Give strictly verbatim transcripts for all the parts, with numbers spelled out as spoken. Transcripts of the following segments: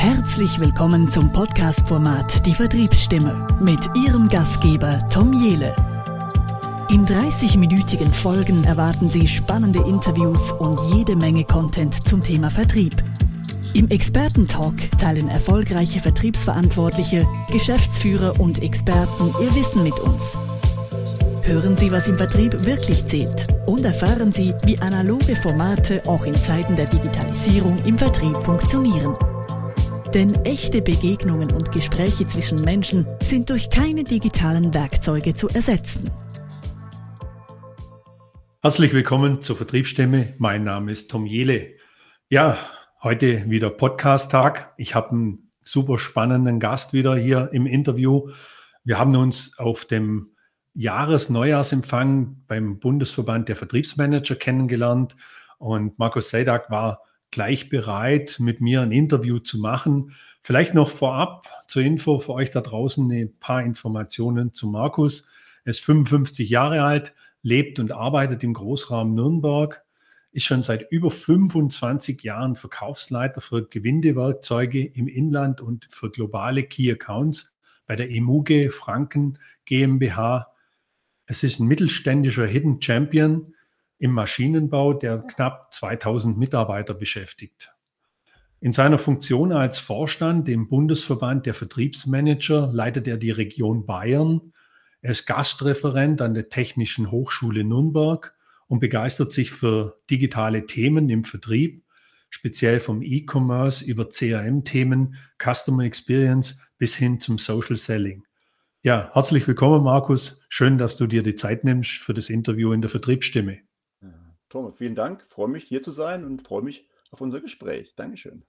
Herzlich willkommen zum Podcast-Format Die Vertriebsstimme mit Ihrem Gastgeber Tom Jehle. In dreißig-minütigen Folgen erwarten Sie spannende Interviews und jede Menge Content zum Thema Vertrieb. Im Experten-Talk teilen erfolgreiche Vertriebsverantwortliche, Geschäftsführer und Experten ihr Wissen mit uns. Hören Sie, was im Vertrieb wirklich zählt und erfahren Sie, wie analoge Formate auch in Zeiten der Digitalisierung im Vertrieb funktionieren. Denn echte Begegnungen und Gespräche zwischen Menschen sind durch keine digitalen Werkzeuge zu ersetzen. Herzlich willkommen zur Vertriebsstimme. Mein Name ist Tom Jehle. Ja, heute wieder Podcast-Tag. Ich habe einen super spannenden Gast wieder hier im Interview. Wir haben uns auf dem Jahres-Neujahrsempfang beim Bundesverband der Vertriebsmanager kennengelernt und Markus Seidak war gleich bereit, mit mir ein Interview zu machen. Vielleicht noch vorab zur Info für euch da draußen ein paar Informationen zu Markus. Er ist fünfundfünfzig Jahre alt, lebt und arbeitet im Großraum Nürnberg, ist schon seit über fünfundzwanzig Jahren Verkaufsleiter für Gewindewerkzeuge im Inland und für globale Key Accounts bei der Emuge Franken GmbH. Es ist ein mittelständischer Hidden Champion im Maschinenbau, der knapp zweitausend Mitarbeiter beschäftigt. In seiner Funktion als Vorstand im Bundesverband der Vertriebsmanager leitet er die Region Bayern. Er ist Gastreferent an der Technischen Hochschule Nürnberg und begeistert sich für digitale Themen im Vertrieb, speziell vom E-Commerce über C R M-Themen, Customer Experience bis hin zum Social Selling. Ja, herzlich willkommen, Markus. Schön, dass du dir die Zeit nimmst für das Interview in der Vertriebsstimme. Thomas, vielen Dank. Ich freue mich, hier zu sein und freue mich auf unser Gespräch. Dankeschön.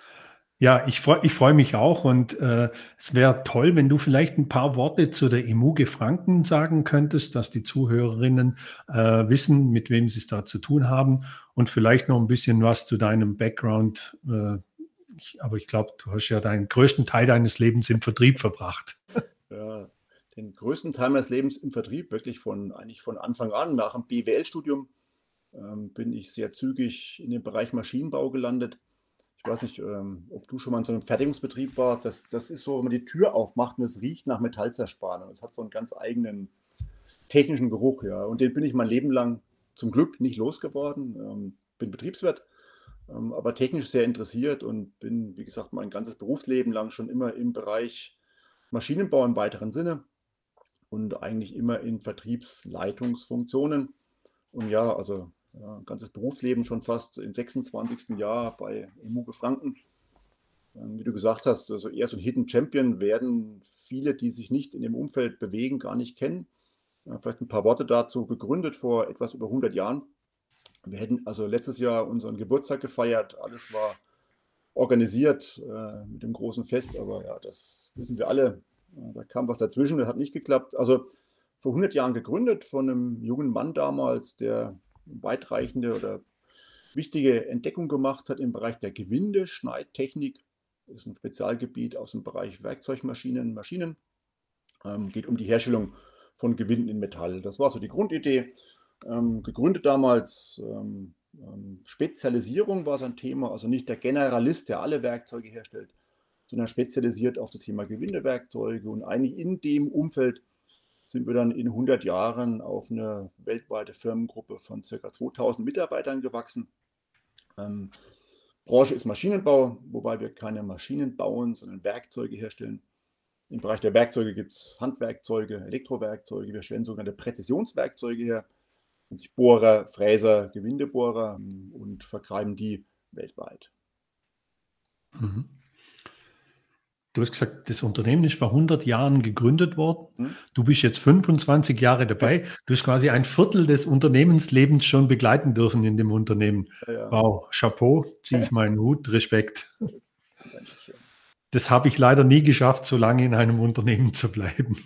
Ja, ich freue ich freu mich auch und äh, es wäre toll, wenn du vielleicht ein paar Worte zu der Emuge Franken sagen könntest, dass die Zuhörerinnen äh, wissen, mit wem sie es da zu tun haben und vielleicht noch ein bisschen was zu deinem Background. Äh, ich, aber ich glaube, du hast ja deinen größten Teil deines Lebens im Vertrieb verbracht. Ja, den größten Teil meines Lebens im Vertrieb, wirklich von eigentlich von Anfang an. Nach dem B W L-Studium ähm, bin ich sehr zügig in den Bereich Maschinenbau gelandet. Ich weiß nicht, ähm, ob du schon mal in so einem Fertigungsbetrieb warst. Das, das ist so, wenn man die Tür aufmacht und es riecht nach Metallzerspannung. Es hat so einen ganz eigenen technischen Geruch, ja. Und den bin ich mein Leben lang zum Glück nicht losgeworden. Ähm, bin Betriebswirt, ähm, aber technisch sehr interessiert und bin, wie gesagt, mein ganzes Berufsleben lang schon immer im Bereich Maschinenbau im weiteren Sinne und eigentlich immer in Vertriebsleitungsfunktionen. Und ja, also ja, ein ganzes Berufsleben schon fast im sechsundzwanzigsten Jahr bei Emuge Franken. Ähm, wie du gesagt hast, also eher so ein Hidden Champion werden viele, die sich nicht in dem Umfeld bewegen, gar nicht kennen. Ja, vielleicht ein paar Worte dazu. Gegründet vor etwas über hundert Jahren. Wir hätten also letztes Jahr unseren Geburtstag gefeiert. Alles war organisiert äh, mit dem großen Fest, aber ja, das wissen wir alle. Äh, da kam was dazwischen, das hat nicht geklappt. Also vor hundert Jahren gegründet von einem jungen Mann damals, der weitreichende oder wichtige Entdeckung gemacht hat im Bereich der Gewindeschneidtechnik. Das ist ein Spezialgebiet aus dem Bereich Werkzeugmaschinen, Maschinen. Ähm, geht um die Herstellung von Gewinden in Metall. Das war so die Grundidee. Ähm, gegründet damals, ähm, ähm, Spezialisierung war sein Thema, also nicht der Generalist, der alle Werkzeuge herstellt, sondern spezialisiert auf das Thema Gewindewerkzeuge. Und eigentlich in dem Umfeld sind wir dann in hundert Jahren auf eine weltweite Firmengruppe von ca. zweitausend Mitarbeitern gewachsen. Ähm, Branche ist Maschinenbau, wobei wir keine Maschinen bauen, sondern Werkzeuge herstellen. Im Bereich der Werkzeuge gibt es Handwerkzeuge, Elektrowerkzeuge. Wir stellen sogenannte Präzisionswerkzeuge her, Bohrer, Fräser, Gewindebohrer und vertreiben die weltweit. Mhm. Du hast gesagt, das Unternehmen ist vor hundert Jahren gegründet worden. Hm? Du bist jetzt fünfundzwanzig Jahre dabei. Du hast quasi ein Viertel des Unternehmenslebens schon begleiten dürfen in dem Unternehmen. Ja, ja. Wow, Chapeau, ziehe ich meinen Hut, Respekt. Dankeschön. Das habe ich leider nie geschafft, so lange in einem Unternehmen zu bleiben.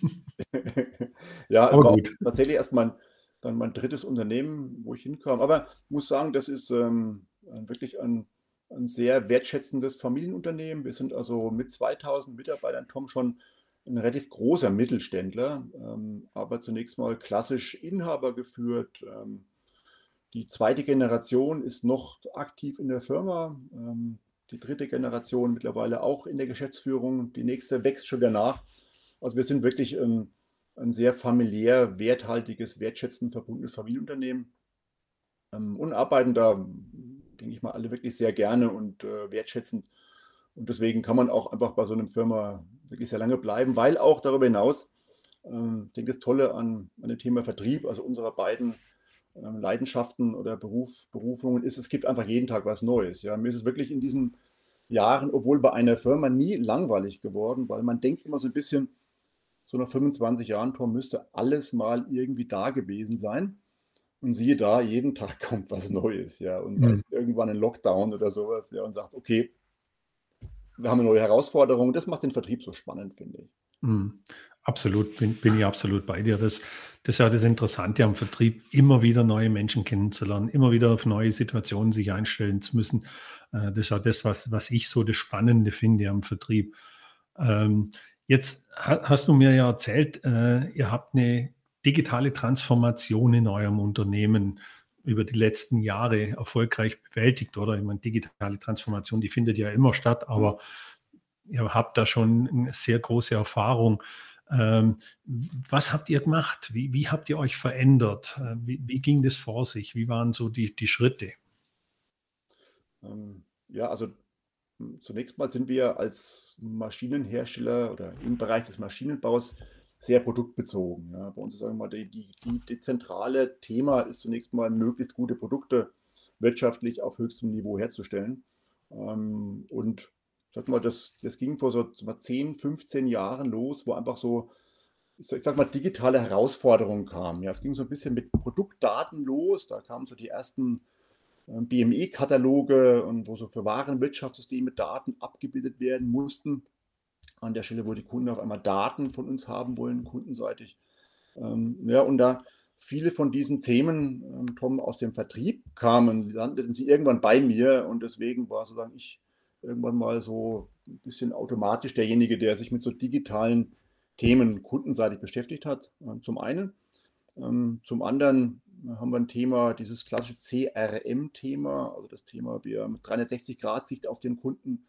Ja, es war gut. Tatsächlich erst mein, dann mein drittes Unternehmen, wo ich hinkam. Aber ich muss sagen, das ist ähm, wirklich ein Ein sehr wertschätzendes Familienunternehmen. Wir sind also mit zweitausend Mitarbeitern, Tom, schon ein relativ großer Mittelständler, ähm, aber zunächst mal klassisch Inhaber geführt. Ähm, die zweite Generation ist noch aktiv in der Firma. Ähm, die dritte Generation mittlerweile auch in der Geschäftsführung. Die nächste wächst schon wieder nach. Also wir sind wirklich ein, ein sehr familiär, werthaltiges, wertschätzend verbundenes Familienunternehmen ähm, und arbeiten da, denke ich mal, alle wirklich sehr gerne und äh, wertschätzend. Und deswegen kann man auch einfach bei so einer Firma wirklich sehr lange bleiben, weil auch darüber hinaus, ähm, ich denke, das Tolle an, an dem Thema Vertrieb, also unserer beiden ähm, Leidenschaften oder Beruf, Berufungen ist, es gibt einfach jeden Tag was Neues. Ja. Mir ist es wirklich in diesen Jahren, obwohl bei einer Firma nie langweilig geworden, weil man denkt immer so ein bisschen, so nach fünfundzwanzig Jahren, Tom, müsste alles mal irgendwie da gewesen sein. Und siehe da, jeden Tag kommt was Neues, ja. Und sei Mhm. es irgendwann ein Lockdown oder sowas, ja, und sagt, okay, wir haben eine neue Herausforderung. Das macht den Vertrieb so spannend, finde ich. Mhm. Absolut, bin, bin ich absolut bei dir. Das, das ist ja das Interessante am Vertrieb, immer wieder neue Menschen kennenzulernen, immer wieder auf neue Situationen sich einstellen zu müssen. Äh, Das ist ja das, was, was ich so das Spannende finde am Vertrieb. Ähm, Jetzt ha- hast du mir ja erzählt, äh, ihr habt eine digitale Transformation in eurem Unternehmen über die letzten Jahre erfolgreich bewältigt, oder? Ich meine, digitale Transformation, die findet ja immer statt, aber ihr habt da schon eine sehr große Erfahrung. Ähm, Was habt ihr gemacht? Wie, wie habt ihr euch verändert? Äh, Wie, wie ging das vor sich? Wie waren so die, die Schritte? Ähm, ja, also m, zunächst mal sind wir als Maschinenhersteller oder im Bereich des Maschinenbaus sehr produktbezogen. Ja. Bei uns ist, sagen wir mal, die, die, die, die zentrale Thema ist zunächst mal, möglichst gute Produkte wirtschaftlich auf höchstem Niveau herzustellen. Ähm, und sag mal, das, das ging vor so sag mal, zehn, fünfzehn Jahren los, wo einfach so, ich sag ich sag mal, digitale Herausforderungen kamen. Ja, es ging so ein bisschen mit Produktdaten los, da kamen so die ersten ähm, B M E-Kataloge und wo so für Warenwirtschaftssysteme Daten abgebildet werden mussten. An der Stelle, wo die Kunden auf einmal Daten von uns haben wollen, kundenseitig. Ähm, ja, und da viele von diesen Themen, ähm, Tom, aus dem Vertrieb kamen, landeten sie irgendwann bei mir und deswegen war sozusagen ich irgendwann mal so ein bisschen automatisch derjenige, der sich mit so digitalen Themen kundenseitig beschäftigt hat, äh, zum einen. Ähm, zum anderen haben wir ein Thema, dieses klassische C R M-Thema, also das Thema, wir mit dreihundertsechzig-Grad-Sicht auf den Kunden.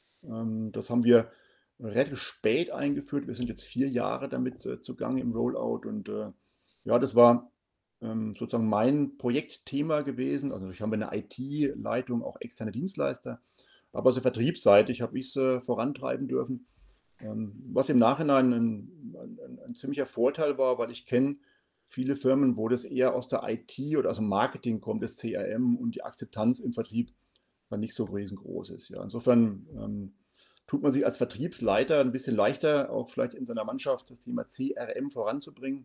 Ähm, das haben wir relativ spät eingeführt. Wir sind jetzt vier Jahre damit äh, zugange im Rollout und äh, ja, das war ähm, sozusagen mein Projektthema gewesen. Also natürlich haben wir eine I T-Leitung, auch externe Dienstleister, aber so vertriebsseitig habe ich es äh, vorantreiben dürfen. Ähm, was im Nachhinein ein, ein, ein ziemlicher Vorteil war, weil ich kenne viele Firmen, wo das eher aus der I T oder aus dem Marketing kommt, das C R M und die Akzeptanz im Vertrieb dann nicht so riesengroß ist. Ja. Insofern ähm, tut man sich als Vertriebsleiter ein bisschen leichter, auch vielleicht in seiner Mannschaft das Thema C R M voranzubringen.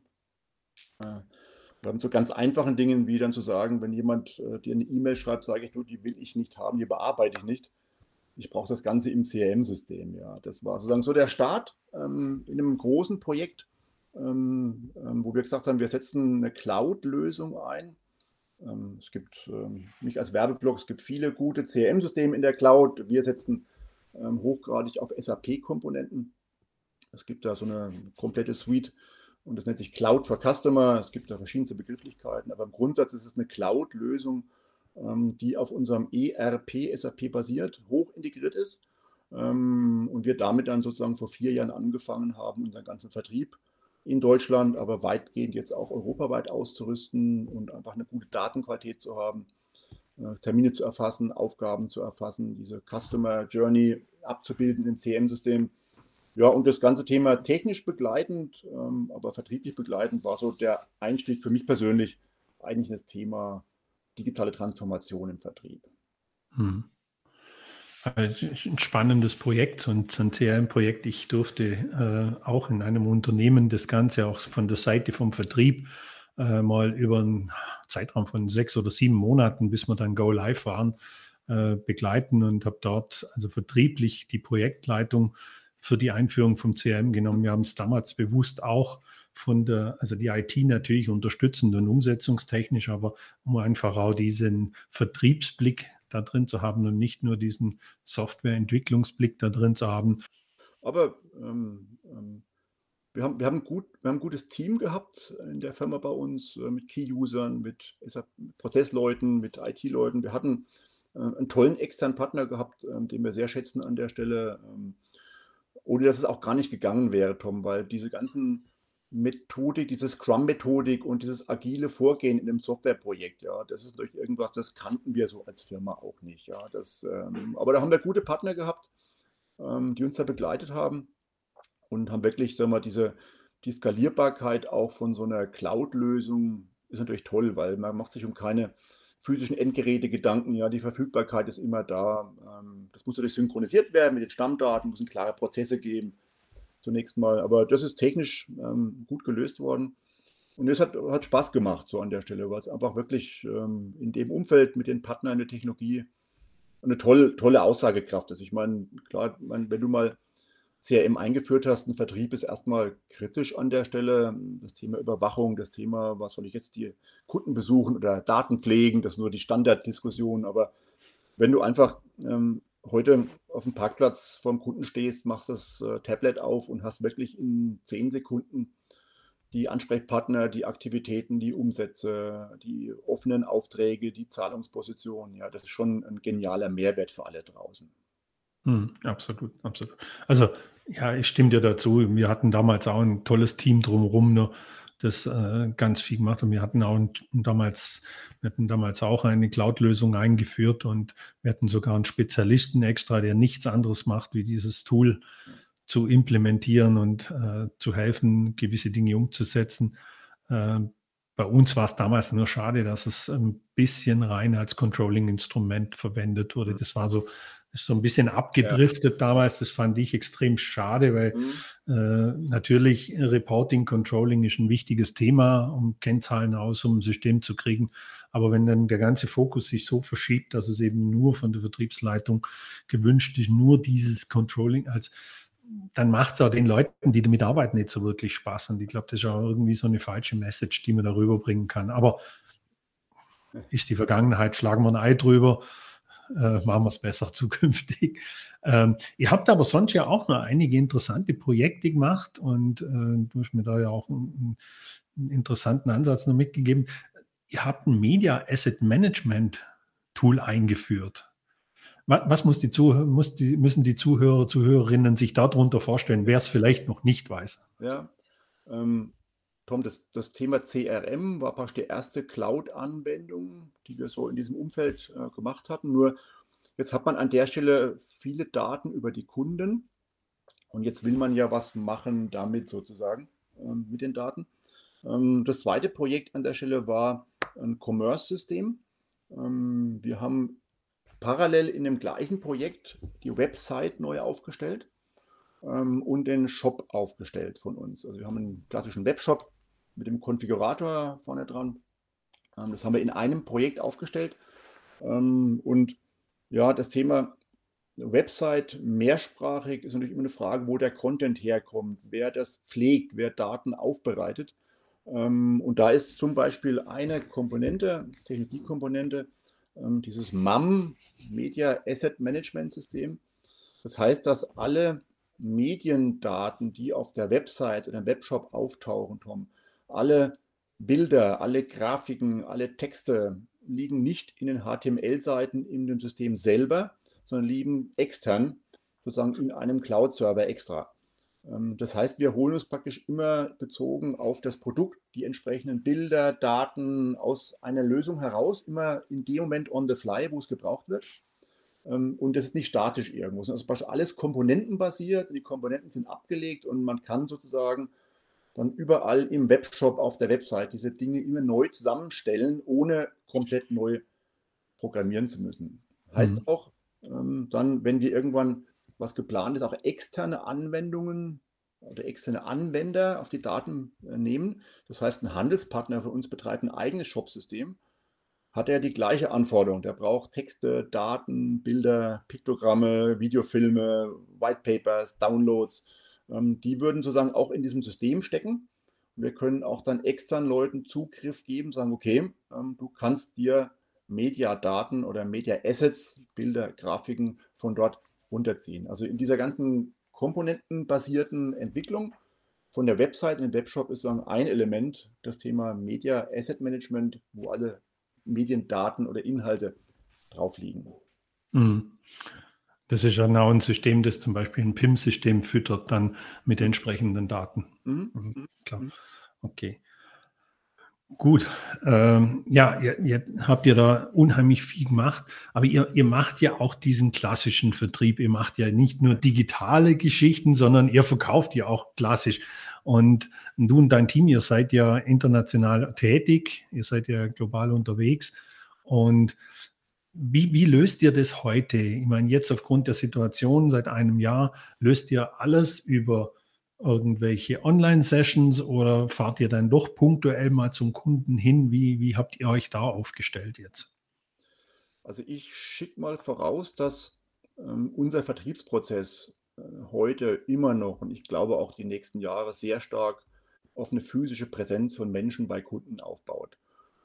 Äh, wir haben so ganz einfachen Dingen wie dann zu sagen, wenn jemand äh, dir eine E-Mail schreibt, sage ich, du, die will ich nicht haben, die bearbeite ich nicht. Ich brauche das Ganze im C R M-System. Ja. Das war sozusagen so der Start ähm, in einem großen Projekt, ähm, ähm, wo wir gesagt haben, wir setzen eine Cloud-Lösung ein. Ähm, es gibt ähm, nicht als Werbeblock, es gibt viele gute C R M-Systeme in der Cloud. Wir setzen ähm, hochgradig auf S A P-Komponenten. Es gibt da so eine komplette Suite und das nennt sich Cloud for Customer. Es gibt da verschiedenste Begrifflichkeiten, aber im Grundsatz ist es eine Cloud-Lösung, ähm, die auf unserem E R P, S A P basiert, hoch integriert ist. Ähm, und wir damit dann sozusagen vor vier Jahren angefangen haben, unseren ganzen Vertrieb in Deutschland, aber weitgehend jetzt auch europaweit auszurüsten und einfach eine gute Datenqualität zu haben, äh, Termine zu erfassen, Aufgaben zu erfassen, diese Customer Journey abzubilden im C R M-System. Ja, und das ganze Thema technisch begleitend, ähm, aber vertrieblich begleitend war so der Einstieg für mich persönlich eigentlich das Thema digitale Transformation im Vertrieb. Hm. Also, ein spannendes Projekt und so ein C R M-Projekt. Ich durfte äh, auch in einem Unternehmen das Ganze auch von der Seite vom Vertrieb äh, mal über einen Zeitraum von sechs oder sieben Monaten, bis wir dann Go Live waren, äh, begleiten und habe dort also vertrieblich die Projektleitung für die Einführung vom C R M genommen. Wir haben es damals bewusst auch von der, also die I T natürlich unterstützend und umsetzungstechnisch, aber um einfach auch diesen Vertriebsblick da drin zu haben und nicht nur diesen Softwareentwicklungsblick da drin zu haben. Aber ähm, ähm, wir haben, wir, haben gut, wir haben ein gutes Team gehabt in der Firma bei uns, äh, mit Key-Usern, mit S A P Prozessleuten, mit I T-Leuten. Wir hatten äh, einen tollen externen Partner gehabt, ähm, den wir sehr schätzen an der Stelle, ähm, ohne dass es auch gar nicht gegangen wäre, Tom, weil diese ganzen Methodik, diese Scrum-Methodik und dieses agile Vorgehen in einem Softwareprojekt, ja, das ist durch irgendwas, das kannten wir so als Firma auch nicht. Ja, das, ähm, aber da haben wir gute Partner gehabt, ähm, die uns da begleitet haben und haben wirklich, sagen wir, diese, die Skalierbarkeit auch von so einer Cloud-Lösung ist natürlich toll, weil man macht sich um keine physischen Endgeräte Gedanken, ja, die Verfügbarkeit ist immer da. Ähm, das muss natürlich synchronisiert werden mit den Stammdaten, muss es klare Prozesse geben, zunächst mal. Aber das ist technisch ähm, gut gelöst worden. Und es hat, hat Spaß gemacht, so an der Stelle, weil es einfach wirklich ähm, in dem Umfeld mit den Partnern der Technologie eine tolle, tolle Aussagekraft ist. Ich meine, klar, ich meine, wenn du mal C R M eingeführt hast, ein Vertrieb ist erstmal kritisch an der Stelle. Das Thema Überwachung, das Thema, was soll ich jetzt die Kunden besuchen oder Daten pflegen, das ist nur die Standarddiskussion. Aber wenn du einfach ähm, heute auf dem Parkplatz vorm Kunden stehst, machst das äh, Tablet auf und hast wirklich in zehn Sekunden die Ansprechpartner, die Aktivitäten, die Umsätze, die offenen Aufträge, die Zahlungsposition. Ja, das ist schon ein genialer Mehrwert für alle draußen. Hm, absolut, absolut. Also, ja, ich stimme dir dazu. Wir hatten damals auch ein tolles Team drumherum, ne, das äh, ganz viel gemacht hat. Wir hatten auch ein, damals, wir hatten damals auch eine Cloud-Lösung eingeführt und wir hatten sogar einen Spezialisten extra, der nichts anderes macht, wie dieses Tool zu implementieren und äh, zu helfen, gewisse Dinge umzusetzen. Äh, bei uns war es damals nur schade, dass es ein bisschen rein als Controlling-Instrument verwendet wurde. Das war so, ist so ein bisschen abgedriftet ja. damals. Das fand ich extrem schade, weil mhm. äh, natürlich Reporting, Controlling ist ein wichtiges Thema, um Kennzahlen aus, um ein System zu kriegen. Aber wenn dann der ganze Fokus sich so verschiebt, dass es eben nur von der Vertriebsleitung gewünscht ist, nur dieses Controlling als dann macht es auch den Leuten, die damit arbeiten, nicht so wirklich Spaß. Und ich glaube, das ist auch irgendwie so eine falsche Message, die man darüber bringen kann. Aber ist die Vergangenheit, schlagen wir ein Ei drüber, äh, machen wir es besser zukünftig. Ähm, ihr habt aber sonst ja auch noch einige interessante Projekte gemacht und äh, du hast mir da ja auch einen, einen interessanten Ansatz noch mitgegeben. Ihr habt ein Media Asset Management Tool eingeführt. Was muss die Zuhörer, muss die, müssen die Zuhörer, Zuhörerinnen sich darunter vorstellen, wer es vielleicht noch nicht weiß? Ja, ähm, Tom, das, das Thema C R M war praktisch die erste Cloud-Anwendung, die wir so in diesem Umfeld äh, gemacht hatten. Nur jetzt hat man an der Stelle viele Daten über die Kunden und jetzt will man ja was machen damit sozusagen, ähm, mit den Daten. Ähm, das zweite Projekt an der Stelle war ein Commerce-System. Ähm, wir haben parallel in dem gleichen Projekt die Website neu aufgestellt ähm, und den Shop aufgestellt von uns. Also wir haben einen klassischen Webshop mit dem Konfigurator vorne dran. Ähm, das haben wir in einem Projekt aufgestellt. Ähm, und ja, das Thema Website mehrsprachig ist natürlich immer eine Frage, wo der Content herkommt, wer das pflegt, wer Daten aufbereitet. Ähm, und da ist zum Beispiel eine Komponente, Technologiekomponente, dieses M A M, Media Asset Management System. Das heißt, dass alle Mediendaten, die auf der Website oder im Webshop auftauchen, Tom, alle Bilder, alle Grafiken, alle Texte liegen nicht in den H T M L-Seiten in dem System selber, sondern liegen extern, sozusagen in einem Cloud-Server extra. Das heißt, wir holen uns praktisch immer bezogen auf das Produkt die entsprechenden Bilder, Daten aus einer Lösung heraus, immer in dem Moment on the fly, wo es gebraucht wird. Und das ist nicht statisch irgendwo, sondern es ist alles komponentenbasiert. Die Komponenten sind abgelegt und man kann sozusagen dann überall im Webshop auf der Website diese Dinge immer neu zusammenstellen, ohne komplett neu programmieren zu müssen. Heißt mhm. auch dann, wenn wir irgendwann was geplant ist, auch externe Anwendungen oder externe Anwender auf die Daten nehmen. Das heißt, ein Handelspartner für uns betreibt ein eigenes Shopsystem, hat er die gleiche Anforderung. Der braucht Texte, Daten, Bilder, Piktogramme, Videofilme, Whitepapers, Downloads. Die würden sozusagen auch in diesem System stecken. Wir können auch dann externen Leuten Zugriff geben, sagen, okay, du kannst dir Mediadaten oder Media Assets, Bilder, Grafiken von dort runterziehen. Also in dieser ganzen komponentenbasierten Entwicklung von der Website in den Webshop ist dann ein Element das Thema Media Asset Management, wo alle Mediendaten oder Inhalte drauf liegen. Mhm. Das ist ja genau ein System, das zum Beispiel ein P I M-System füttert dann mit entsprechenden Daten. Mhm. Mhm, Mhm. klar. Mhm. Okay. Gut, ähm, ja, ihr, ihr habt ja da unheimlich viel gemacht, aber ihr, ihr macht ja auch diesen klassischen Vertrieb. Ihr macht ja nicht nur digitale Geschichten, sondern ihr verkauft ja auch klassisch. Und du und dein Team, ihr seid ja international tätig, ihr seid ja global unterwegs. Und wie, wie löst ihr das heute? Ich meine, jetzt aufgrund der Situation seit einem Jahr, löst ihr alles über irgendwelche Online-Sessions oder fahrt ihr dann doch punktuell mal zum Kunden hin? Wie, wie habt ihr euch da aufgestellt jetzt? Also ich schicke mal voraus, dass ähm, unser Vertriebsprozess äh, heute immer noch und ich glaube auch die nächsten Jahre sehr stark auf eine physische Präsenz von Menschen bei Kunden aufbaut.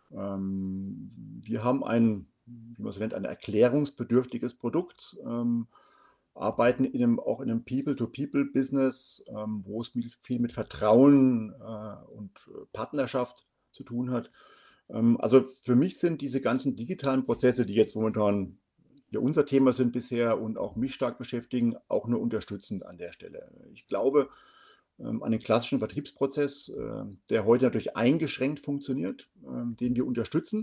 Ähm, wir haben ein, wie man so nennt, ein erklärungsbedürftiges Produkt, ähm, arbeiten in einem, auch in einem People-to-People-Business, ähm, wo es viel, viel mit Vertrauen äh, und äh, Partnerschaft zu tun hat. Ähm, also für mich sind diese ganzen digitalen Prozesse, die jetzt momentan ja unser Thema sind bisher und auch mich stark beschäftigen, auch nur unterstützend an der Stelle. Ich glaube ähm, an den klassischen Vertriebsprozess, äh, der heute natürlich eingeschränkt funktioniert, ähm, den wir unterstützen.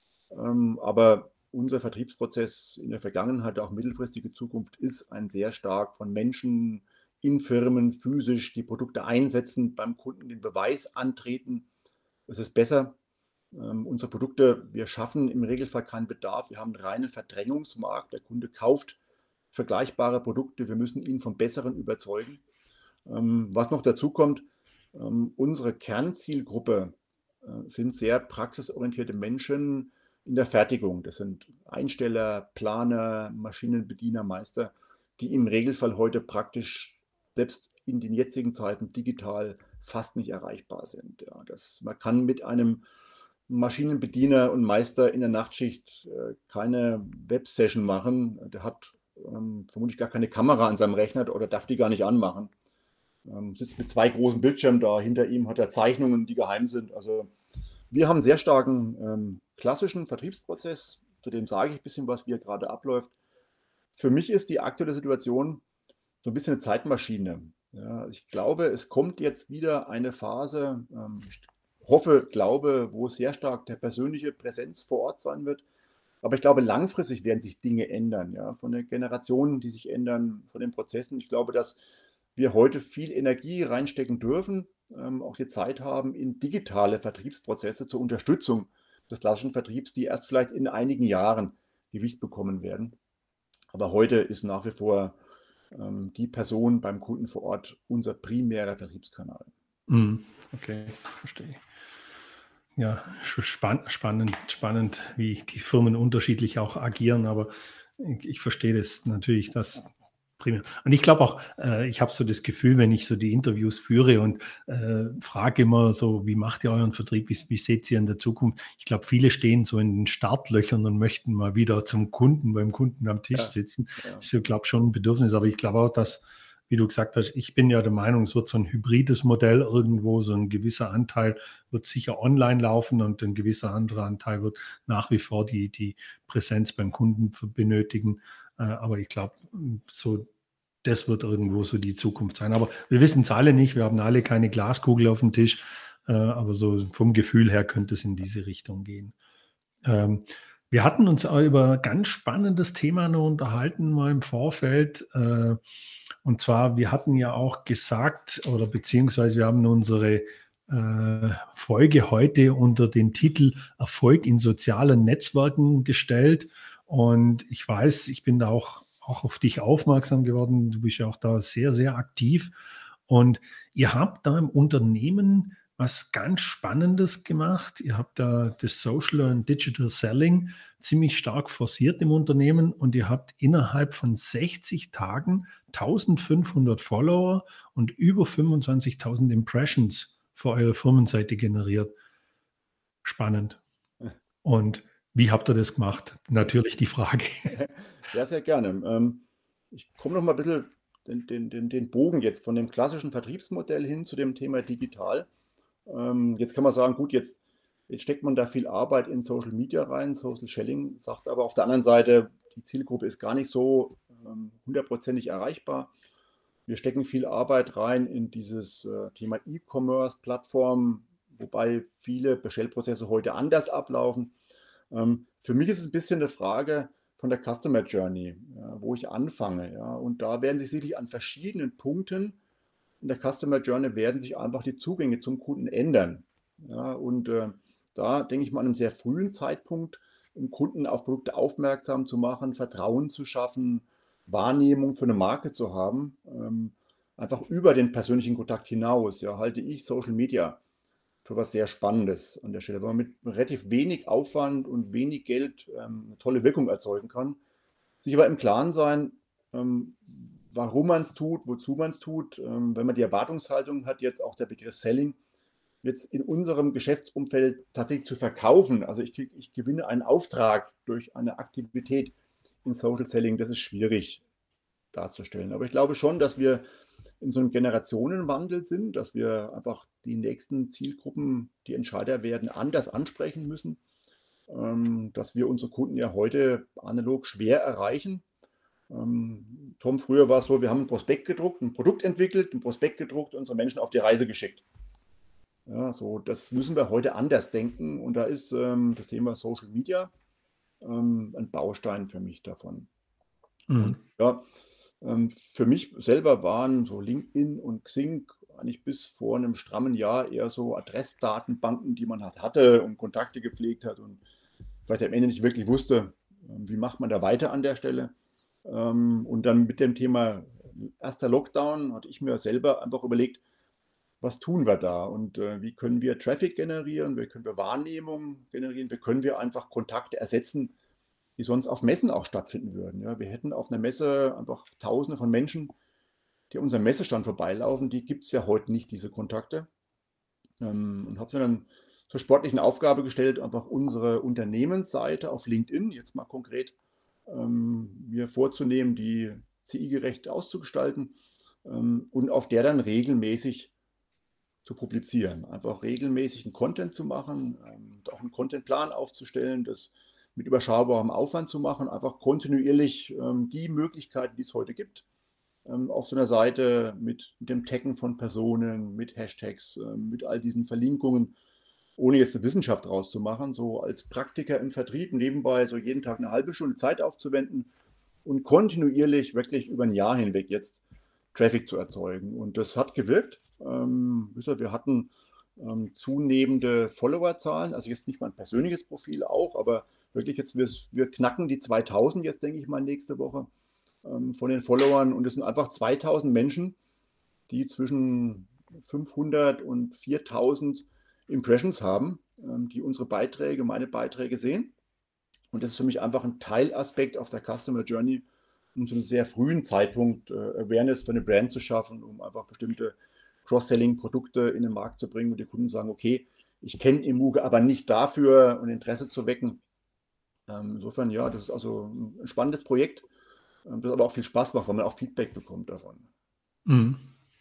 Ähm, aber unser Vertriebsprozess in der Vergangenheit, auch mittelfristige Zukunft, ist ein sehr stark von Menschen in Firmen physisch die Produkte einsetzen, beim Kunden den Beweis antreten. Es ist besser, ähm, unsere Produkte, wir schaffen im Regelfall keinen Bedarf. Wir haben einen reinen Verdrängungsmarkt. Der Kunde kauft vergleichbare Produkte. Wir müssen ihn vom Besseren überzeugen. Ähm, was noch dazu kommt, ähm, unsere Kernzielgruppe äh, sind sehr praxisorientierte Menschen in der Fertigung. Das sind Einsteller, Planer, Maschinenbediener, Meister, die im Regelfall heute praktisch selbst in den jetzigen Zeiten digital fast nicht erreichbar sind. Ja, das, man kann mit einem Maschinenbediener und Meister in der Nachtschicht äh, keine Websession machen. Der hat ähm, vermutlich gar keine Kamera an seinem Rechner oder darf die gar nicht anmachen. Ähm, sitzt mit zwei großen Bildschirmen da. Hinter ihm hat er Zeichnungen, die geheim sind. Also wir haben einen sehr starken ähm, klassischen Vertriebsprozess. Zu dem sage ich ein bisschen was, wie er gerade abläuft. Für mich ist die aktuelle Situation so ein bisschen eine Zeitmaschine. Ja, ich glaube, es kommt jetzt wieder eine Phase, ähm, ich hoffe, glaube, wo sehr stark der persönliche Präsenz vor Ort sein wird. Aber ich glaube, langfristig werden sich Dinge ändern, ja, von den Generationen, die sich ändern, von den Prozessen. Ich glaube, dass wir heute viel Energie reinstecken dürfen, ähm, auch die Zeit haben in digitale Vertriebsprozesse zur Unterstützung des klassischen Vertriebs, die erst vielleicht in einigen Jahren Gewicht bekommen werden. Aber heute ist nach wie vor ähm, die Person beim Kunden vor Ort unser primärer Vertriebskanal. Mhm. Okay, verstehe. Ja, schon spann spannend, spannend, wie die Firmen unterschiedlich auch agieren, aber ich, ich verstehe das natürlich, das primär. Und ich glaube auch, äh, ich habe so das Gefühl, wenn ich so die Interviews führe und äh, frage immer so, wie macht ihr euren Vertrieb, wie, wie seht ihr in der Zukunft? Ich glaube, viele stehen so in den Startlöchern und möchten mal wieder zum Kunden, beim Kunden am Tisch Ja, sitzen. ja. Das ist, so, glaube ich, schon ein Bedürfnis, aber ich glaube auch, dass, wie du gesagt hast, ich bin ja der Meinung, es wird so ein hybrides Modell irgendwo, so ein gewisser Anteil wird sicher online laufen und ein gewisser anderer Anteil wird nach wie vor die, die Präsenz beim Kunden benötigen. Äh, aber ich glaube, so das wird irgendwo so die Zukunft sein. Aber wir wissen es alle nicht, wir haben alle keine Glaskugel auf dem Tisch, äh, aber so vom Gefühl her könnte es in diese Richtung gehen. Ähm, wir hatten uns auch über ein ganz spannendes Thema noch unterhalten, mal im Vorfeld. Äh, und zwar, wir hatten ja auch gesagt, oder beziehungsweise wir haben unsere äh, Folge heute unter den Titel Erfolg in sozialen Netzwerken gestellt. Und ich weiß, ich bin da auch, auch auf dich aufmerksam geworden. Du bist ja auch da sehr, sehr aktiv. Und ihr habt da im Unternehmen was ganz Spannendes gemacht. Ihr habt da das Social und Digital Selling ziemlich stark forciert im Unternehmen und ihr habt innerhalb von sechzig Tagen eintausendfünfhundert Follower und über fünfundzwanzigtausend Impressions für eure Firmenseite generiert. Spannend. Und wie habt ihr das gemacht? Natürlich die Frage. Ja, sehr gerne. Ähm, ich komme noch mal ein bisschen den, den, den, den Bogen jetzt von dem klassischen Vertriebsmodell hin zu dem Thema digital. Ähm, jetzt kann man sagen, gut, jetzt, jetzt steckt man da viel Arbeit in Social Media rein. Social Selling sagt aber auf der anderen Seite, die Zielgruppe ist gar nicht so ähm, hundertprozentig erreichbar. Wir stecken viel Arbeit rein in dieses äh, Thema E-Commerce-Plattform, wobei viele Bestellprozesse heute anders ablaufen. Ähm, für mich ist es ein bisschen eine Frage von der Customer Journey, ja, wo ich anfange. Ja, und da werden sich sicherlich an verschiedenen Punkten in der Customer Journey werden sich einfach die Zugänge zum Kunden ändern. Ja, und äh, da denke ich mal an einem sehr frühen Zeitpunkt, um Kunden auf Produkte aufmerksam zu machen, Vertrauen zu schaffen, Wahrnehmung für eine Marke zu haben, ähm, einfach über den persönlichen Kontakt hinaus, ja, halte ich Social Media für was sehr Spannendes an der Stelle, weil man mit relativ wenig Aufwand und wenig Geld ähm, eine tolle Wirkung erzeugen kann. Sich aber im Klaren sein, ähm, warum man es tut, wozu man es tut. Ähm, wenn man die Erwartungshaltung hat, jetzt auch der Begriff Selling, jetzt in unserem Geschäftsumfeld tatsächlich zu verkaufen. Also ich, krieg, ich gewinne einen Auftrag durch eine Aktivität in Social Selling, das ist schwierig darzustellen. Aber ich glaube schon, dass wir in so einem Generationenwandel sind, dass wir einfach die nächsten Zielgruppen, die Entscheider werden, anders ansprechen müssen, ähm, dass wir unsere Kunden ja heute analog schwer erreichen. Ähm, Tom, früher war es so, wir haben ein Prospekt gedruckt, ein Produkt entwickelt, ein Prospekt gedruckt, unsere Menschen auf die Reise geschickt. Ja, so, das müssen wir heute anders denken und da ist ähm, das Thema Social Media ähm, ein Baustein für mich davon. Mhm. Und ja, ähm, für mich selber waren so LinkedIn und Xing eigentlich bis vor einem strammen Jahr eher so Adressdatenbanken, die man halt hatte und Kontakte gepflegt hat und vielleicht am Ende nicht wirklich wusste, ähm, wie macht man da weiter an der Stelle. Ähm, und dann mit dem Thema erster Lockdown hatte ich mir selber einfach überlegt, was tun wir da und äh, wie können wir Traffic generieren, wie können wir Wahrnehmung generieren, wie können wir einfach Kontakte ersetzen, die sonst auf Messen auch stattfinden würden. Ja, wir hätten auf einer Messe einfach Tausende von Menschen, die an unserem Messestand vorbeilaufen, die gibt es ja heute nicht, diese Kontakte. Ähm, und habe mir dann zur sportlichen Aufgabe gestellt, einfach unsere Unternehmensseite auf LinkedIn, jetzt mal konkret, ähm, mir vorzunehmen, die C I-gerecht auszugestalten ähm, und auf der dann regelmäßig zu publizieren. Einfach regelmäßig einen Content zu machen, ähm, auch einen Contentplan aufzustellen, das mit überschaubarem Aufwand zu machen, einfach kontinuierlich ähm, die Möglichkeiten, die es heute gibt, ähm, auf so einer Seite mit, mit dem Taggen von Personen, mit Hashtags, ähm, mit all diesen Verlinkungen, ohne jetzt eine Wissenschaft rauszumachen, so als Praktiker im Vertrieb nebenbei so jeden Tag eine halbe Stunde Zeit aufzuwenden und kontinuierlich wirklich über ein Jahr hinweg jetzt Traffic zu erzeugen. Und das hat gewirkt. Ähm, wir hatten ähm, zunehmende Followerzahlen, also jetzt nicht mein persönliches Profil auch, aber wirklich jetzt, wir, wir knacken die zweitausend jetzt, denke ich mal, nächste Woche ähm, von den Followern und es sind einfach zweitausend Menschen, die zwischen fünfhundert und viertausend Impressions haben, ähm, die unsere Beiträge, meine Beiträge sehen. Und das ist für mich einfach ein Teilaspekt auf der Customer Journey, um zu einem sehr frühen Zeitpunkt äh, Awareness für eine Brand zu schaffen, um einfach bestimmte Cross-Selling-Produkte in den Markt zu bringen, wo die Kunden sagen, okay, ich kenne Emuge, aber nicht dafür und Interesse zu wecken. Ähm, insofern, ja, das ist also ein spannendes Projekt, ähm, das aber auch viel Spaß macht, weil man auch Feedback bekommt davon. Mhm.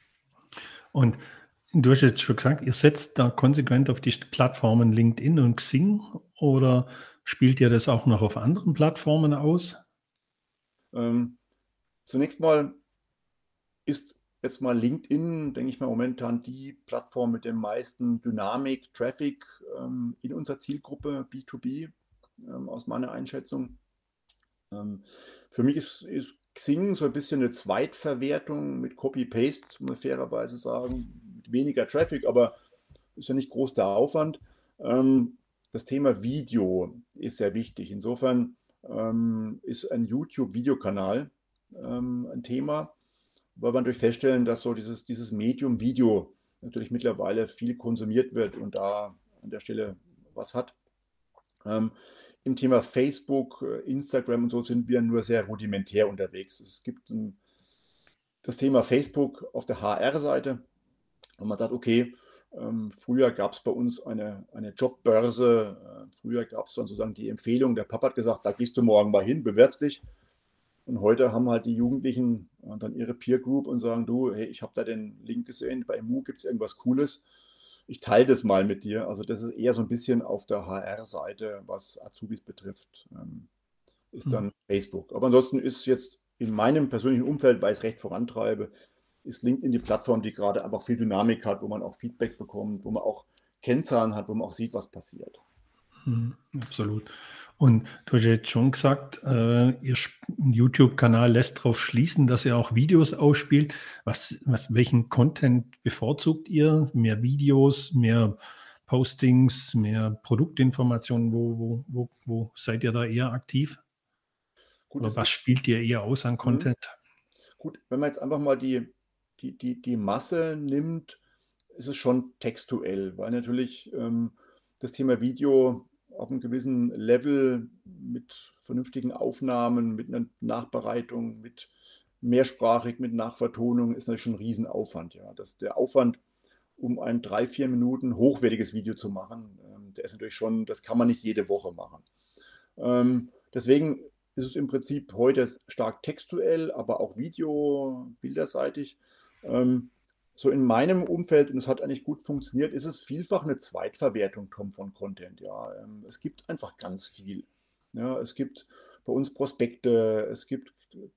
Und du hast jetzt schon gesagt, ihr setzt da konsequent auf die Plattformen LinkedIn und Xing oder spielt ihr das auch noch auf anderen Plattformen aus? Ähm, zunächst mal ist jetzt mal LinkedIn, denke ich mal, momentan die Plattform mit dem meisten Dynamik, Traffic ähm, in unserer Zielgruppe B zwei B ähm, aus meiner Einschätzung. Ähm, für mich ist, ist Xing so ein bisschen eine Zweitverwertung mit Copy-Paste, muss man fairerweise sagen, mit weniger Traffic, aber ist ja nicht groß der Aufwand. Ähm, das Thema Video ist sehr wichtig. Insofern ähm, ist ein YouTube-Videokanal ähm, ein Thema, weil wir natürlich feststellen, dass so dieses, dieses Medium Video natürlich mittlerweile viel konsumiert wird und da an der Stelle was hat. Ähm, Im Thema Facebook, äh, Instagram und so sind wir nur sehr rudimentär unterwegs. Es gibt ein, das Thema Facebook auf der H R-Seite, wo man sagt, okay, ähm, früher gab es bei uns eine, eine Jobbörse, äh, früher gab es dann sozusagen die Empfehlung, der Papa hat gesagt, da gehst du morgen mal hin, bewirbst dich. Und heute haben halt die Jugendlichen äh, dann ihre Peer Group und sagen, du, hey, ich habe da den Link gesehen, bei Emu gibt es irgendwas Cooles. Ich teile das mal mit dir. Also das ist eher so ein bisschen auf der H R-Seite, was Azubis betrifft, ähm, ist dann Facebook. Aber ansonsten ist jetzt in meinem persönlichen Umfeld, weil ich es recht vorantreibe, ist LinkedIn die Plattform, die gerade einfach viel Dynamik hat, wo man auch Feedback bekommt, wo man auch Kennzahlen hat, wo man auch sieht, was passiert. Hm, absolut. Und du hast jetzt schon gesagt, äh, Ihr YouTube-Kanal lässt darauf schließen, dass ihr auch Videos ausspielt. Was, was, welchen Content bevorzugt ihr? Mehr Videos, mehr Postings, mehr Produktinformationen? Wo, wo, wo, wo seid ihr da eher aktiv? Gut, Oder es was ist, spielt ihr eher aus an mhm. Content? Gut, wenn man jetzt einfach mal die, die, die, die Masse nimmt, ist es schon textuell, weil natürlich ähm, das Thema Video auf einem gewissen Level mit vernünftigen Aufnahmen, mit einer Nachbereitung, mit mehrsprachig, mit Nachvertonung ist natürlich schon ein Riesenaufwand. Ja. Das, der Aufwand, um ein drei, vier Minuten hochwertiges Video zu machen, ähm, der ist natürlich schon, das kann man nicht jede Woche machen. Ähm, deswegen ist es im Prinzip heute stark textuell, aber auch Video, bilderseitig. Ähm, so in meinem Umfeld, und es hat eigentlich gut funktioniert, ist es vielfach eine Zweitverwertung, Tom, von Content. Ja, ähm, es gibt einfach ganz viel. Ja, es gibt bei uns Prospekte, es gibt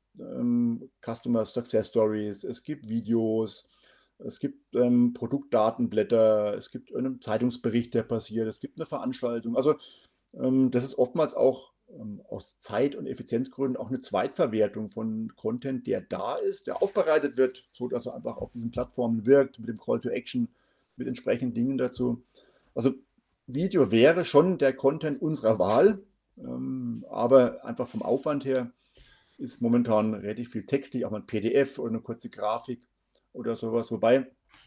ähm, Customer Success Stories, es gibt Videos, es gibt ähm, Produktdatenblätter, es gibt einen Zeitungsbericht, der passiert, es gibt eine Veranstaltung. Also ähm, das ist oftmals auch ähm, aus Zeit- und Effizienzgründen auch eine Zweitverwertung von Content, der da ist, der aufbereitet wird, so dass er einfach auf diesen Plattformen wirkt, mit dem Call to Action, mit entsprechenden Dingen dazu. Also Video wäre schon der Content unserer Wahl, ähm, aber einfach vom Aufwand her ist momentan relativ viel textlich, auch mal ein P D F oder eine kurze Grafik oder sowas, wobei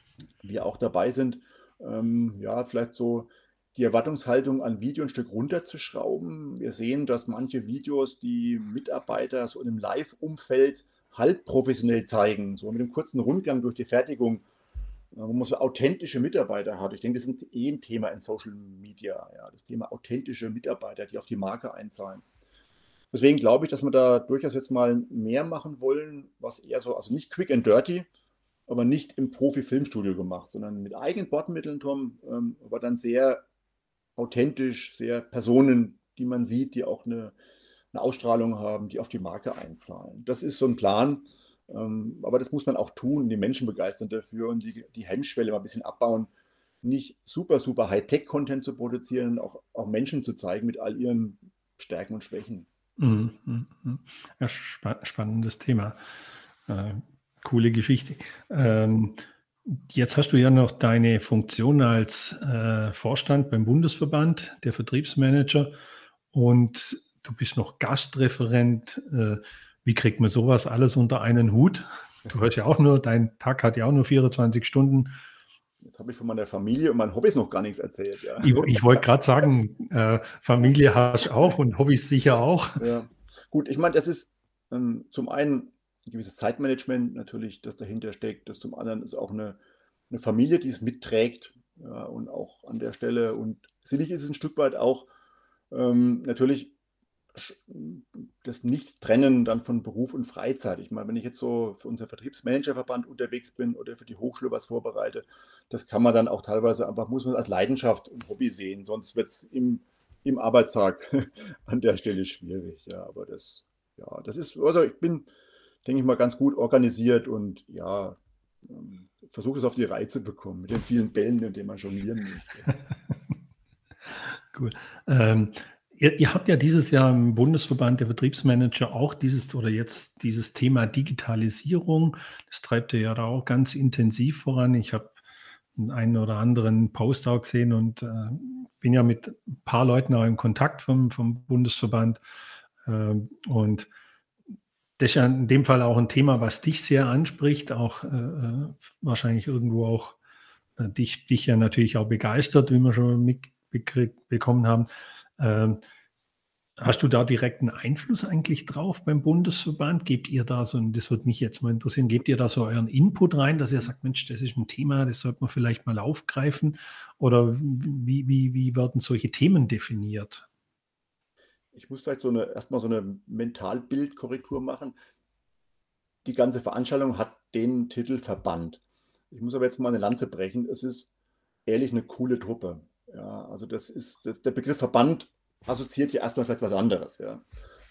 wir auch dabei sind, ähm, ja, vielleicht so die Erwartungshaltung an Video ein Stück runterzuschrauben. Wir sehen, dass manche Videos die Mitarbeiter so in einem Live-Umfeld halb professionell zeigen, so mit einem kurzen Rundgang durch die Fertigung, äh, wo man so authentische Mitarbeiter hat. Ich denke, das ist eh ein Thema in Social Media, ja, das Thema authentische Mitarbeiter, die auf die Marke einzahlen. Deswegen glaube ich, dass wir da durchaus jetzt mal mehr machen wollen, was eher so, also nicht quick and dirty, aber nicht im Profi-Filmstudio gemacht, sondern mit eigenen Bordmitteln, Tom, ähm, aber dann sehr authentisch, sehr Personen, die man sieht, die auch eine, eine Ausstrahlung haben, die auf die Marke einzahlen. Das ist so ein Plan, ähm, aber das muss man auch tun, die Menschen begeistern dafür und die, die Hemmschwelle mal ein bisschen abbauen, nicht super, super Hightech-Content zu produzieren, auch, auch Menschen zu zeigen mit all ihren Stärken und Schwächen. Mhm, mhm, mhm. Ja, spa spannendes Thema. Äh, coole Geschichte. Ähm, jetzt hast du ja noch deine Funktion als äh, Vorstand beim Bundesverband der Vertriebsmanager und du bist noch Gastreferent. Äh, wie kriegt man sowas alles unter einen Hut? Du hast ja auch nur, dein Tag hat ja auch nur vierundzwanzig Stunden. Jetzt habe ich von meiner Familie und meinen Hobbys noch gar nichts erzählt. Ja, Ich, ich wollte gerade sagen, äh, Familie hast du auch und Hobbys sicher auch. ja. Gut, ich meine, das ist ähm, zum einen ein gewisses Zeitmanagement natürlich, das dahinter steckt. Das zum anderen ist auch eine, eine Familie, die es mitträgt, ja, und auch an der Stelle. Und sicherlich ist es ein Stück weit auch ähm, natürlich sch- das Nicht-Trennen dann von Beruf und Freizeit. Ich meine, wenn ich jetzt so für unser Vertriebsmanagerverband unterwegs bin oder für die Hochschule was vorbereite, das kann man dann auch teilweise einfach, muss man als Leidenschaft und Hobby sehen, sonst wird es im, im Arbeitstag an der Stelle schwierig. Ja, aber das, ja, das ist, also ich bin, denke ich mal, ganz gut organisiert und ja, ähm, versuche es auf die Reihe zu bekommen mit den vielen Bällen, in denen man jonglieren möchte. Cool. Ähm, ihr, ihr habt ja dieses Jahr im Bundesverband der Vertriebsmanager auch dieses oder jetzt dieses Thema Digitalisierung. Das treibt ihr ja da auch ganz intensiv voran. Ich habe einen oder anderen Post auch gesehen und äh, bin ja mit ein paar Leuten auch in Kontakt vom, vom Bundesverband. Ähm, und das ist ja in dem Fall auch ein Thema, was dich sehr anspricht, auch äh, wahrscheinlich irgendwo auch äh, dich, dich ja natürlich auch begeistert, wie wir schon mitbekommen haben. Ähm, hast du da direkten Einfluss eigentlich drauf beim Bundesverband? Gebt ihr da so, und das würde mich jetzt mal interessieren, gebt ihr da so euren Input rein, dass ihr sagt, Mensch, das ist ein Thema, das sollte man vielleicht mal aufgreifen? Oder wie, wie, wie werden solche Themen definiert? Ich muss vielleicht so eine, erstmal so eine Mentalbildkorrektur machen. Die ganze Veranstaltung hat den Titel Verband. Ich muss aber jetzt mal eine Lanze brechen. Es ist ehrlich eine coole Truppe. Ja, also das ist, der Begriff Verband assoziiert ja erstmal vielleicht was anderes. Ja.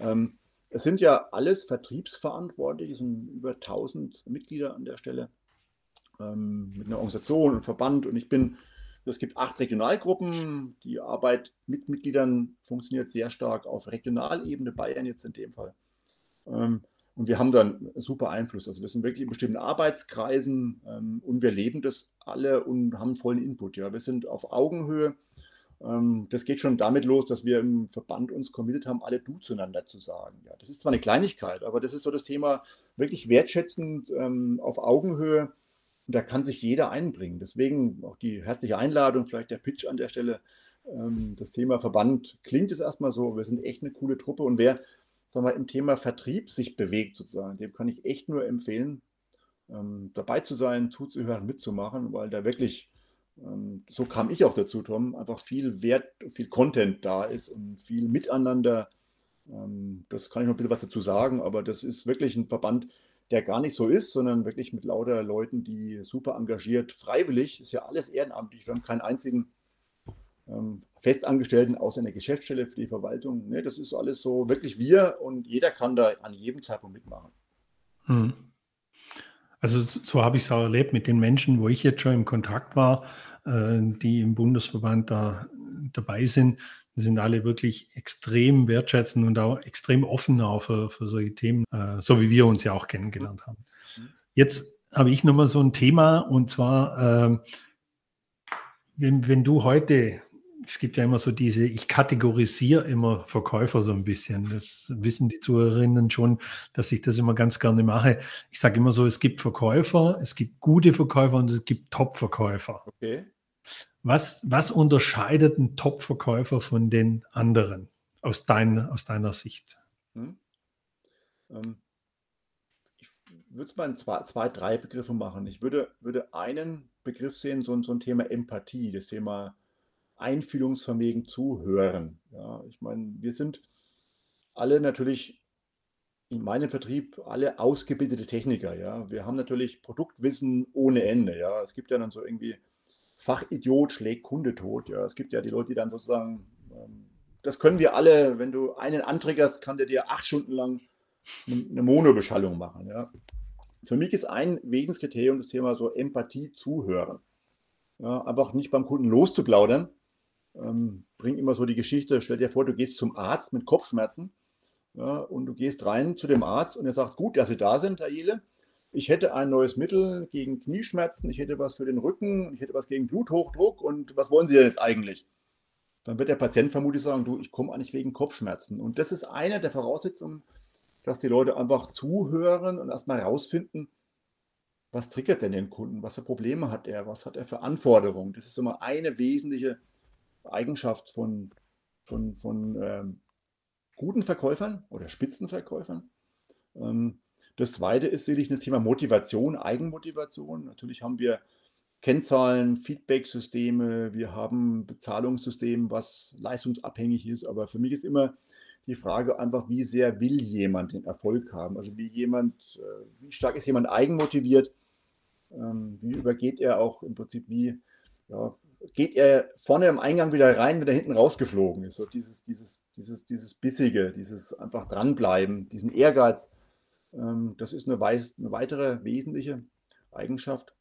Ähm, es sind ja alles Vertriebsverantwortliche, es sind über tausend Mitglieder an der Stelle, ähm, mit einer Organisation und Verband. Und ich bin, es gibt acht Regionalgruppen. Die Arbeit mit Mitgliedern funktioniert sehr stark auf Regionalebene, Bayern jetzt in dem Fall. Ähm, und wir haben dann super Einfluss. Also wir sind wirklich in bestimmten Arbeitskreisen, ähm, und wir leben das alle und haben vollen Input. Ja. Wir sind auf Augenhöhe. Ähm, das geht schon damit los, dass wir im Verband uns committed haben, alle du zueinander zu sagen. Ja, das ist zwar eine Kleinigkeit, aber das ist so das Thema wirklich wertschätzend, ähm, auf Augenhöhe. Und da kann sich jeder einbringen. Deswegen auch die herzliche Einladung, vielleicht der Pitch an der Stelle. Ähm, das Thema Verband klingt es erstmal so, wir sind echt eine coole Truppe. Und wer, sagen wir, im Thema Vertrieb sich bewegt, sozusagen, dem kann ich echt nur empfehlen, ähm, dabei zu sein, zuzuhören, mitzumachen, weil da wirklich, ähm, so kam ich auch dazu, Tom, einfach viel Wert, viel Content da ist und viel Miteinander. Ähm, das kann ich noch ein bisschen was dazu sagen, aber das ist wirklich ein Verband, der gar nicht so ist, sondern wirklich mit lauter Leuten, die super engagiert, freiwillig, ist ja alles ehrenamtlich. Wir haben keinen einzigen ähm, Festangestellten außer in der Geschäftsstelle für die Verwaltung. Ne, das ist alles so wirklich wir und jeder kann da an jedem Zeitpunkt mitmachen. Hm. Also so, so habe ich es auch erlebt mit den Menschen, wo ich jetzt schon im Kontakt war, äh, die im Bundesverband da dabei sind. Die sind alle wirklich extrem wertschätzend und auch extrem offen auch für, für solche Themen, äh, so wie wir uns ja auch kennengelernt haben. Jetzt habe ich nochmal so ein Thema, und zwar, ähm, wenn, wenn du heute, es gibt ja immer so diese, ich kategorisiere immer Verkäufer so ein bisschen. Das wissen die Zuhörerinnen schon, dass ich das immer ganz gerne mache. Ich sage immer so, es gibt Verkäufer, es gibt gute Verkäufer und es gibt Top-Verkäufer. Okay. Was, was unterscheidet ein Top-Verkäufer von den anderen aus, dein, aus deiner Sicht? Hm? Ähm, ich würde es mal in zwei, zwei, drei Begriffe machen. Ich würde, würde einen Begriff sehen, so, ein- so ein Thema Empathie, das Thema Einfühlungsvermögen, zuhören. Ja, ich meine, wir sind alle natürlich in meinem Vertrieb alle ausgebildete Techniker. Ja, wir haben natürlich Produktwissen ohne Ende. Ja, es gibt ja dann so irgendwie Fachidiot schlägt Kunde tot. Ja, es gibt ja die Leute, die dann sozusagen, ähm, das können wir alle, wenn du einen antriggerst, kann der dir acht Stunden lang eine, eine Monobeschallung machen. Ja. Für mich ist ein Wesenskriterium das Thema so Empathie, zuhören. Ja, einfach nicht beim Kunden loszuplaudern. Ähm, bring immer so die Geschichte, stell dir vor, du gehst zum Arzt mit Kopfschmerzen, ja, und du gehst rein zu dem Arzt und er sagt, gut, dass Sie da sind, Herr Jele. Ich hätte ein neues Mittel gegen Knieschmerzen, ich hätte was für den Rücken, ich hätte was gegen Bluthochdruck und was wollen Sie denn jetzt eigentlich? Dann wird der Patient vermutlich sagen, du, ich komme eigentlich wegen Kopfschmerzen. Und das ist eine der Voraussetzungen, dass die Leute einfach zuhören und erstmal herausfinden, was triggert denn den Kunden, was für Probleme hat er, was hat er für Anforderungen. Das ist immer eine wesentliche Eigenschaft von, von, von ähm, guten Verkäufern oder Spitzenverkäufern. Ähm, das zweite ist sicherlich das Thema Motivation, Eigenmotivation. Natürlich haben wir Kennzahlen, Feedback-Systeme, wir haben Bezahlungssystem, was leistungsabhängig ist. Aber für mich ist immer die Frage einfach, wie sehr will jemand den Erfolg haben? Also wie jemand, äh, wie stark ist jemand eigenmotiviert? Ähm, wie übergeht er auch im Prinzip, wie ja, geht er vorne im Eingang wieder rein, wenn er hinten rausgeflogen ist? So dieses, dieses, dieses, dieses Bissige, dieses einfach dranbleiben, diesen Ehrgeiz. Ähm, das ist eine, weiß, eine weitere wesentliche Eigenschaft.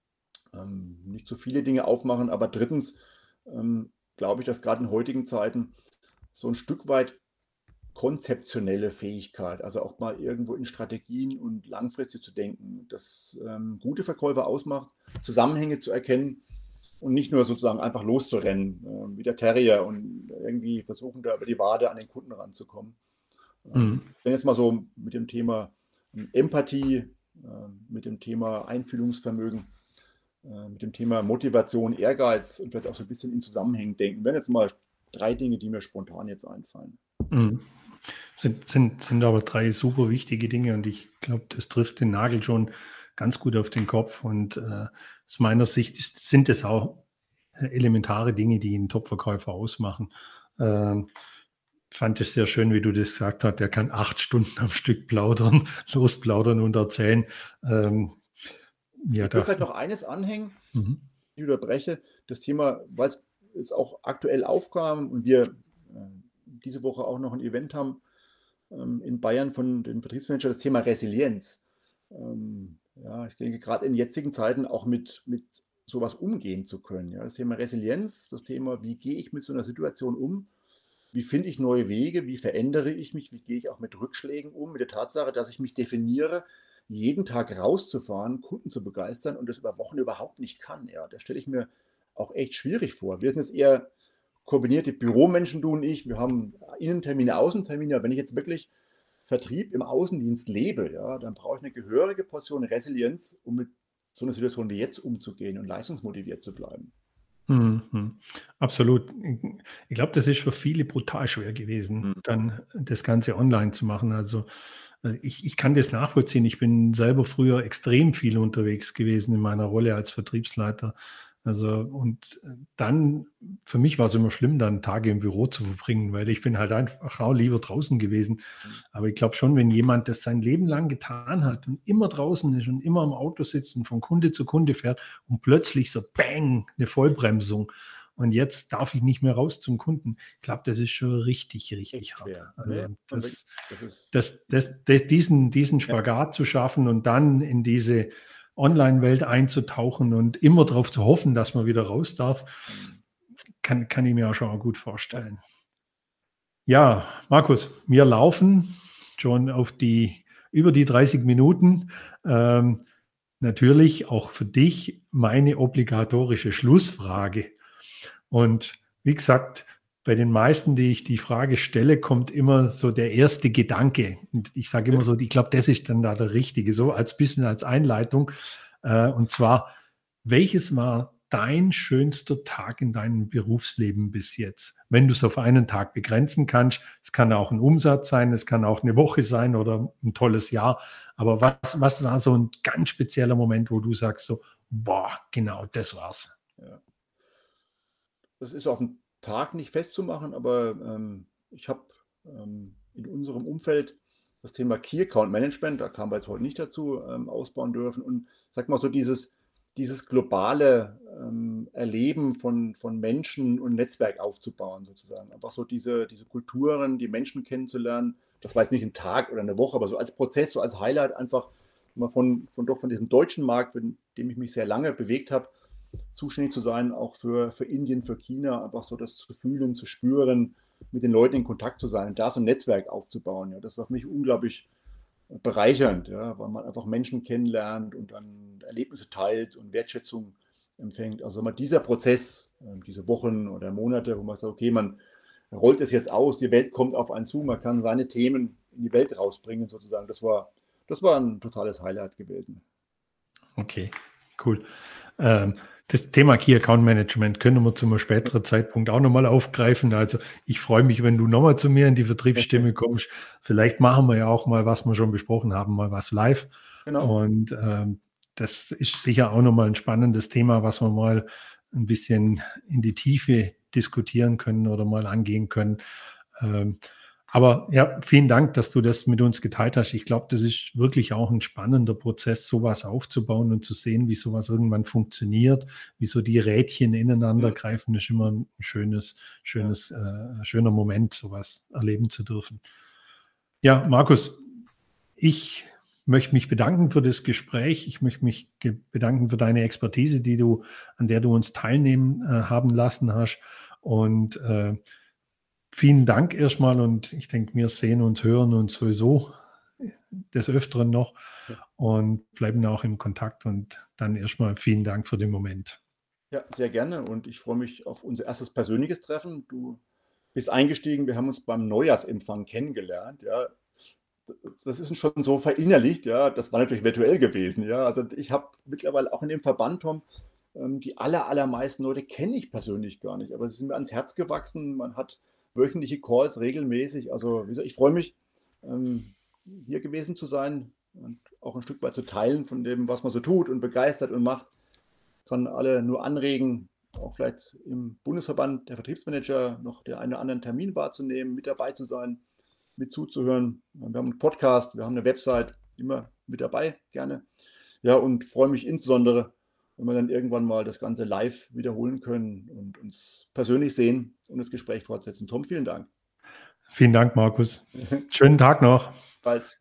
Ähm, nicht zu viele Dinge aufmachen, aber drittens ähm, glaube ich, dass gerade in heutigen Zeiten so ein Stück weit konzeptionelle Fähigkeit, also auch mal irgendwo in Strategien und langfristig zu denken, das ähm, gute Verkäufer ausmacht, Zusammenhänge zu erkennen und nicht nur sozusagen einfach loszurennen, äh, wie der Terrier und irgendwie versuchen, da über die Wade an den Kunden ranzukommen. Ähm, Mhm. wenn jetzt mal so mit dem Thema Empathie, äh, mit dem Thema Einfühlungsvermögen, äh, mit dem Thema Motivation, Ehrgeiz und vielleicht auch so ein bisschen in Zusammenhängen denken, wären jetzt mal drei Dinge, die mir spontan jetzt einfallen. Mhm. Sind, sind, sind aber drei super wichtige Dinge, und ich glaube, das trifft den Nagel schon ganz gut auf den Kopf. Und äh, aus meiner Sicht ist, sind es auch elementare Dinge, die einen Top-Verkäufer ausmachen. Ähm, fand es sehr schön, wie du das gesagt hast. Der kann acht Stunden am Stück plaudern, losplaudern und erzählen. Ähm, ja, Ich würde da, vielleicht noch eines anhängen, mhm. ich unterbreche, das Thema, weil es jetzt auch aktuell aufkam und wir äh, diese Woche auch noch ein Event haben, ähm, in Bayern von den Vertriebsmanagern das Thema Resilienz. Ähm, ja, ich denke, gerade in jetzigen Zeiten auch mit, mit sowas umgehen zu können. Ja, das Thema Resilienz, das Thema, wie gehe ich mit so einer Situation um? Wie finde ich neue Wege? Wie verändere ich mich? Wie gehe ich auch mit Rückschlägen um? Mit der Tatsache, dass ich mich definiere, jeden Tag rauszufahren, Kunden zu begeistern und das über Wochen überhaupt nicht kann. Ja, das stelle ich mir auch echt schwierig vor. Wir sind jetzt eher kombinierte Büromenschen, du und ich. Wir haben Innentermine, Außentermine. Aber wenn ich jetzt wirklich Vertrieb im Außendienst lebe, ja, dann brauche ich eine gehörige Portion Resilienz, um mit so einer Situation wie jetzt umzugehen und leistungsmotiviert zu bleiben. Mhm. Absolut. Ich glaube, das ist für viele brutal schwer gewesen, Mhm. dann das Ganze online zu machen. Also also ich, ich kann das nachvollziehen. Ich bin selber früher extrem viel unterwegs gewesen in meiner Rolle als Vertriebsleiter. Also und dann, für mich war es immer schlimm, dann Tage im Büro zu verbringen, weil ich bin halt einfach auch lieber draußen gewesen. Aber ich glaube schon, wenn jemand das sein Leben lang getan hat und immer draußen ist und immer im Auto sitzt und von Kunde zu Kunde fährt und plötzlich so bang, eine Vollbremsung und jetzt darf ich nicht mehr raus zum Kunden. Ich glaube, das ist schon richtig, richtig Echt hart. schwer. Also Nee, das, das ist, das, das, das, diesen, diesen ja, Spagat zu schaffen und dann in diese Online-Welt einzutauchen und immer darauf zu hoffen, dass man wieder raus darf, kann, kann ich mir auch schon auch gut ja, vorstellen. Ja, Markus, wir laufen schon auf die über die dreißig Minuten. Ähm, natürlich auch für dich meine obligatorische Schlussfrage. Und wie gesagt, bei den meisten, die ich die Frage stelle, kommt immer so der erste Gedanke. Und ich sage immer so, ich glaube, das ist dann da der richtige, so als bisschen als Einleitung. Äh, und zwar, welches war dein schönster Tag in deinem Berufsleben bis jetzt? Wenn du es auf einen Tag begrenzen kannst, es kann auch ein Umsatz sein, es kann auch eine Woche sein oder ein tolles Jahr. Aber was, was war so ein ganz spezieller Moment, wo du sagst so, boah, genau, das war's? ja. Das ist auf den Tag nicht festzumachen, aber ähm, ich habe ähm, in unserem Umfeld das Thema Key Account Management, da kamen wir jetzt heute nicht dazu, ähm, ausbauen dürfen. Und sag mal so, dieses, dieses globale ähm, Erleben von, von Menschen und Netzwerk aufzubauen, sozusagen. Einfach so diese, diese Kulturen, die Menschen kennenzulernen. Das war jetzt nicht ein Tag oder eine Woche, aber so als Prozess, so als Highlight einfach mal von, von, doch von diesem deutschen Markt, in dem ich mich sehr lange bewegt habe, zuständig zu sein, auch für, für Indien, für China, einfach so das zu fühlen, zu spüren, mit den Leuten in Kontakt zu sein und da so ein Netzwerk aufzubauen. Ja, das war für mich unglaublich bereichernd, ja, weil man einfach Menschen kennenlernt und dann Erlebnisse teilt und Wertschätzung empfängt. Also mal dieser Prozess, diese Wochen oder Monate, wo man sagt, okay, man rollt es jetzt aus, die Welt kommt auf einen zu, man kann seine Themen in die Welt rausbringen sozusagen. Das war, das war ein totales Highlight gewesen. Okay, cool. Ähm, das Thema Key Account Management können wir zu einem späteren Zeitpunkt auch nochmal aufgreifen. Also ich freue mich, wenn du nochmal zu mir in die Vertriebsstimme kommst. Vielleicht machen wir ja auch mal, was wir schon besprochen haben, mal was live. Genau. Und ähm, das ist sicher auch nochmal ein spannendes Thema, was wir mal ein bisschen in die Tiefe diskutieren können oder mal angehen können. Ähm, aber ja, vielen Dank, dass du das mit uns geteilt hast. Ich glaube, das ist wirklich auch ein spannender Prozess, sowas aufzubauen und zu sehen, wie sowas irgendwann funktioniert, wie so die Rädchen ineinander Ja. greifen. Das ist immer ein schönes, schönes, äh, schöner Moment, sowas erleben zu dürfen. Ja, Markus, ich möchte mich bedanken für das Gespräch. Ich möchte mich ge- bedanken für deine Expertise, die du, an der du uns teilnehmen äh, haben lassen hast. Und äh, vielen Dank erstmal und ich denke, wir sehen uns, hören uns sowieso des Öfteren noch und bleiben auch im Kontakt und dann erstmal vielen Dank für den Moment. Ja, sehr gerne und ich freue mich auf unser erstes persönliches Treffen. Du bist eingestiegen, wir haben uns beim Neujahrsempfang kennengelernt, ja. Das ist uns schon so verinnerlicht, ja. Das war natürlich virtuell gewesen, ja. Also ich habe mittlerweile auch in dem Verband, Tom, ähm, die aller, allermeisten Leute kenne ich persönlich gar nicht, aber sie sind mir ans Herz gewachsen. Man hat wöchentliche Calls regelmäßig. Also wie gesagt, ich freue mich, ähm, hier gewesen zu sein und auch ein Stück weit zu teilen von dem, was man so tut und begeistert und macht. Kann alle nur anregen, auch vielleicht im Bundesverband der Vertriebsmanager noch den einen oder anderen Termin wahrzunehmen, mit dabei zu sein, mit zuzuhören. Wir haben einen Podcast, wir haben eine Website, immer mit dabei, gerne. Ja, und freue mich insbesondere, wenn wir dann irgendwann mal das Ganze live wiederholen können und uns persönlich sehen und das Gespräch fortsetzen. Tom, vielen Dank. Vielen Dank, Markus. Schönen Tag noch. Bald.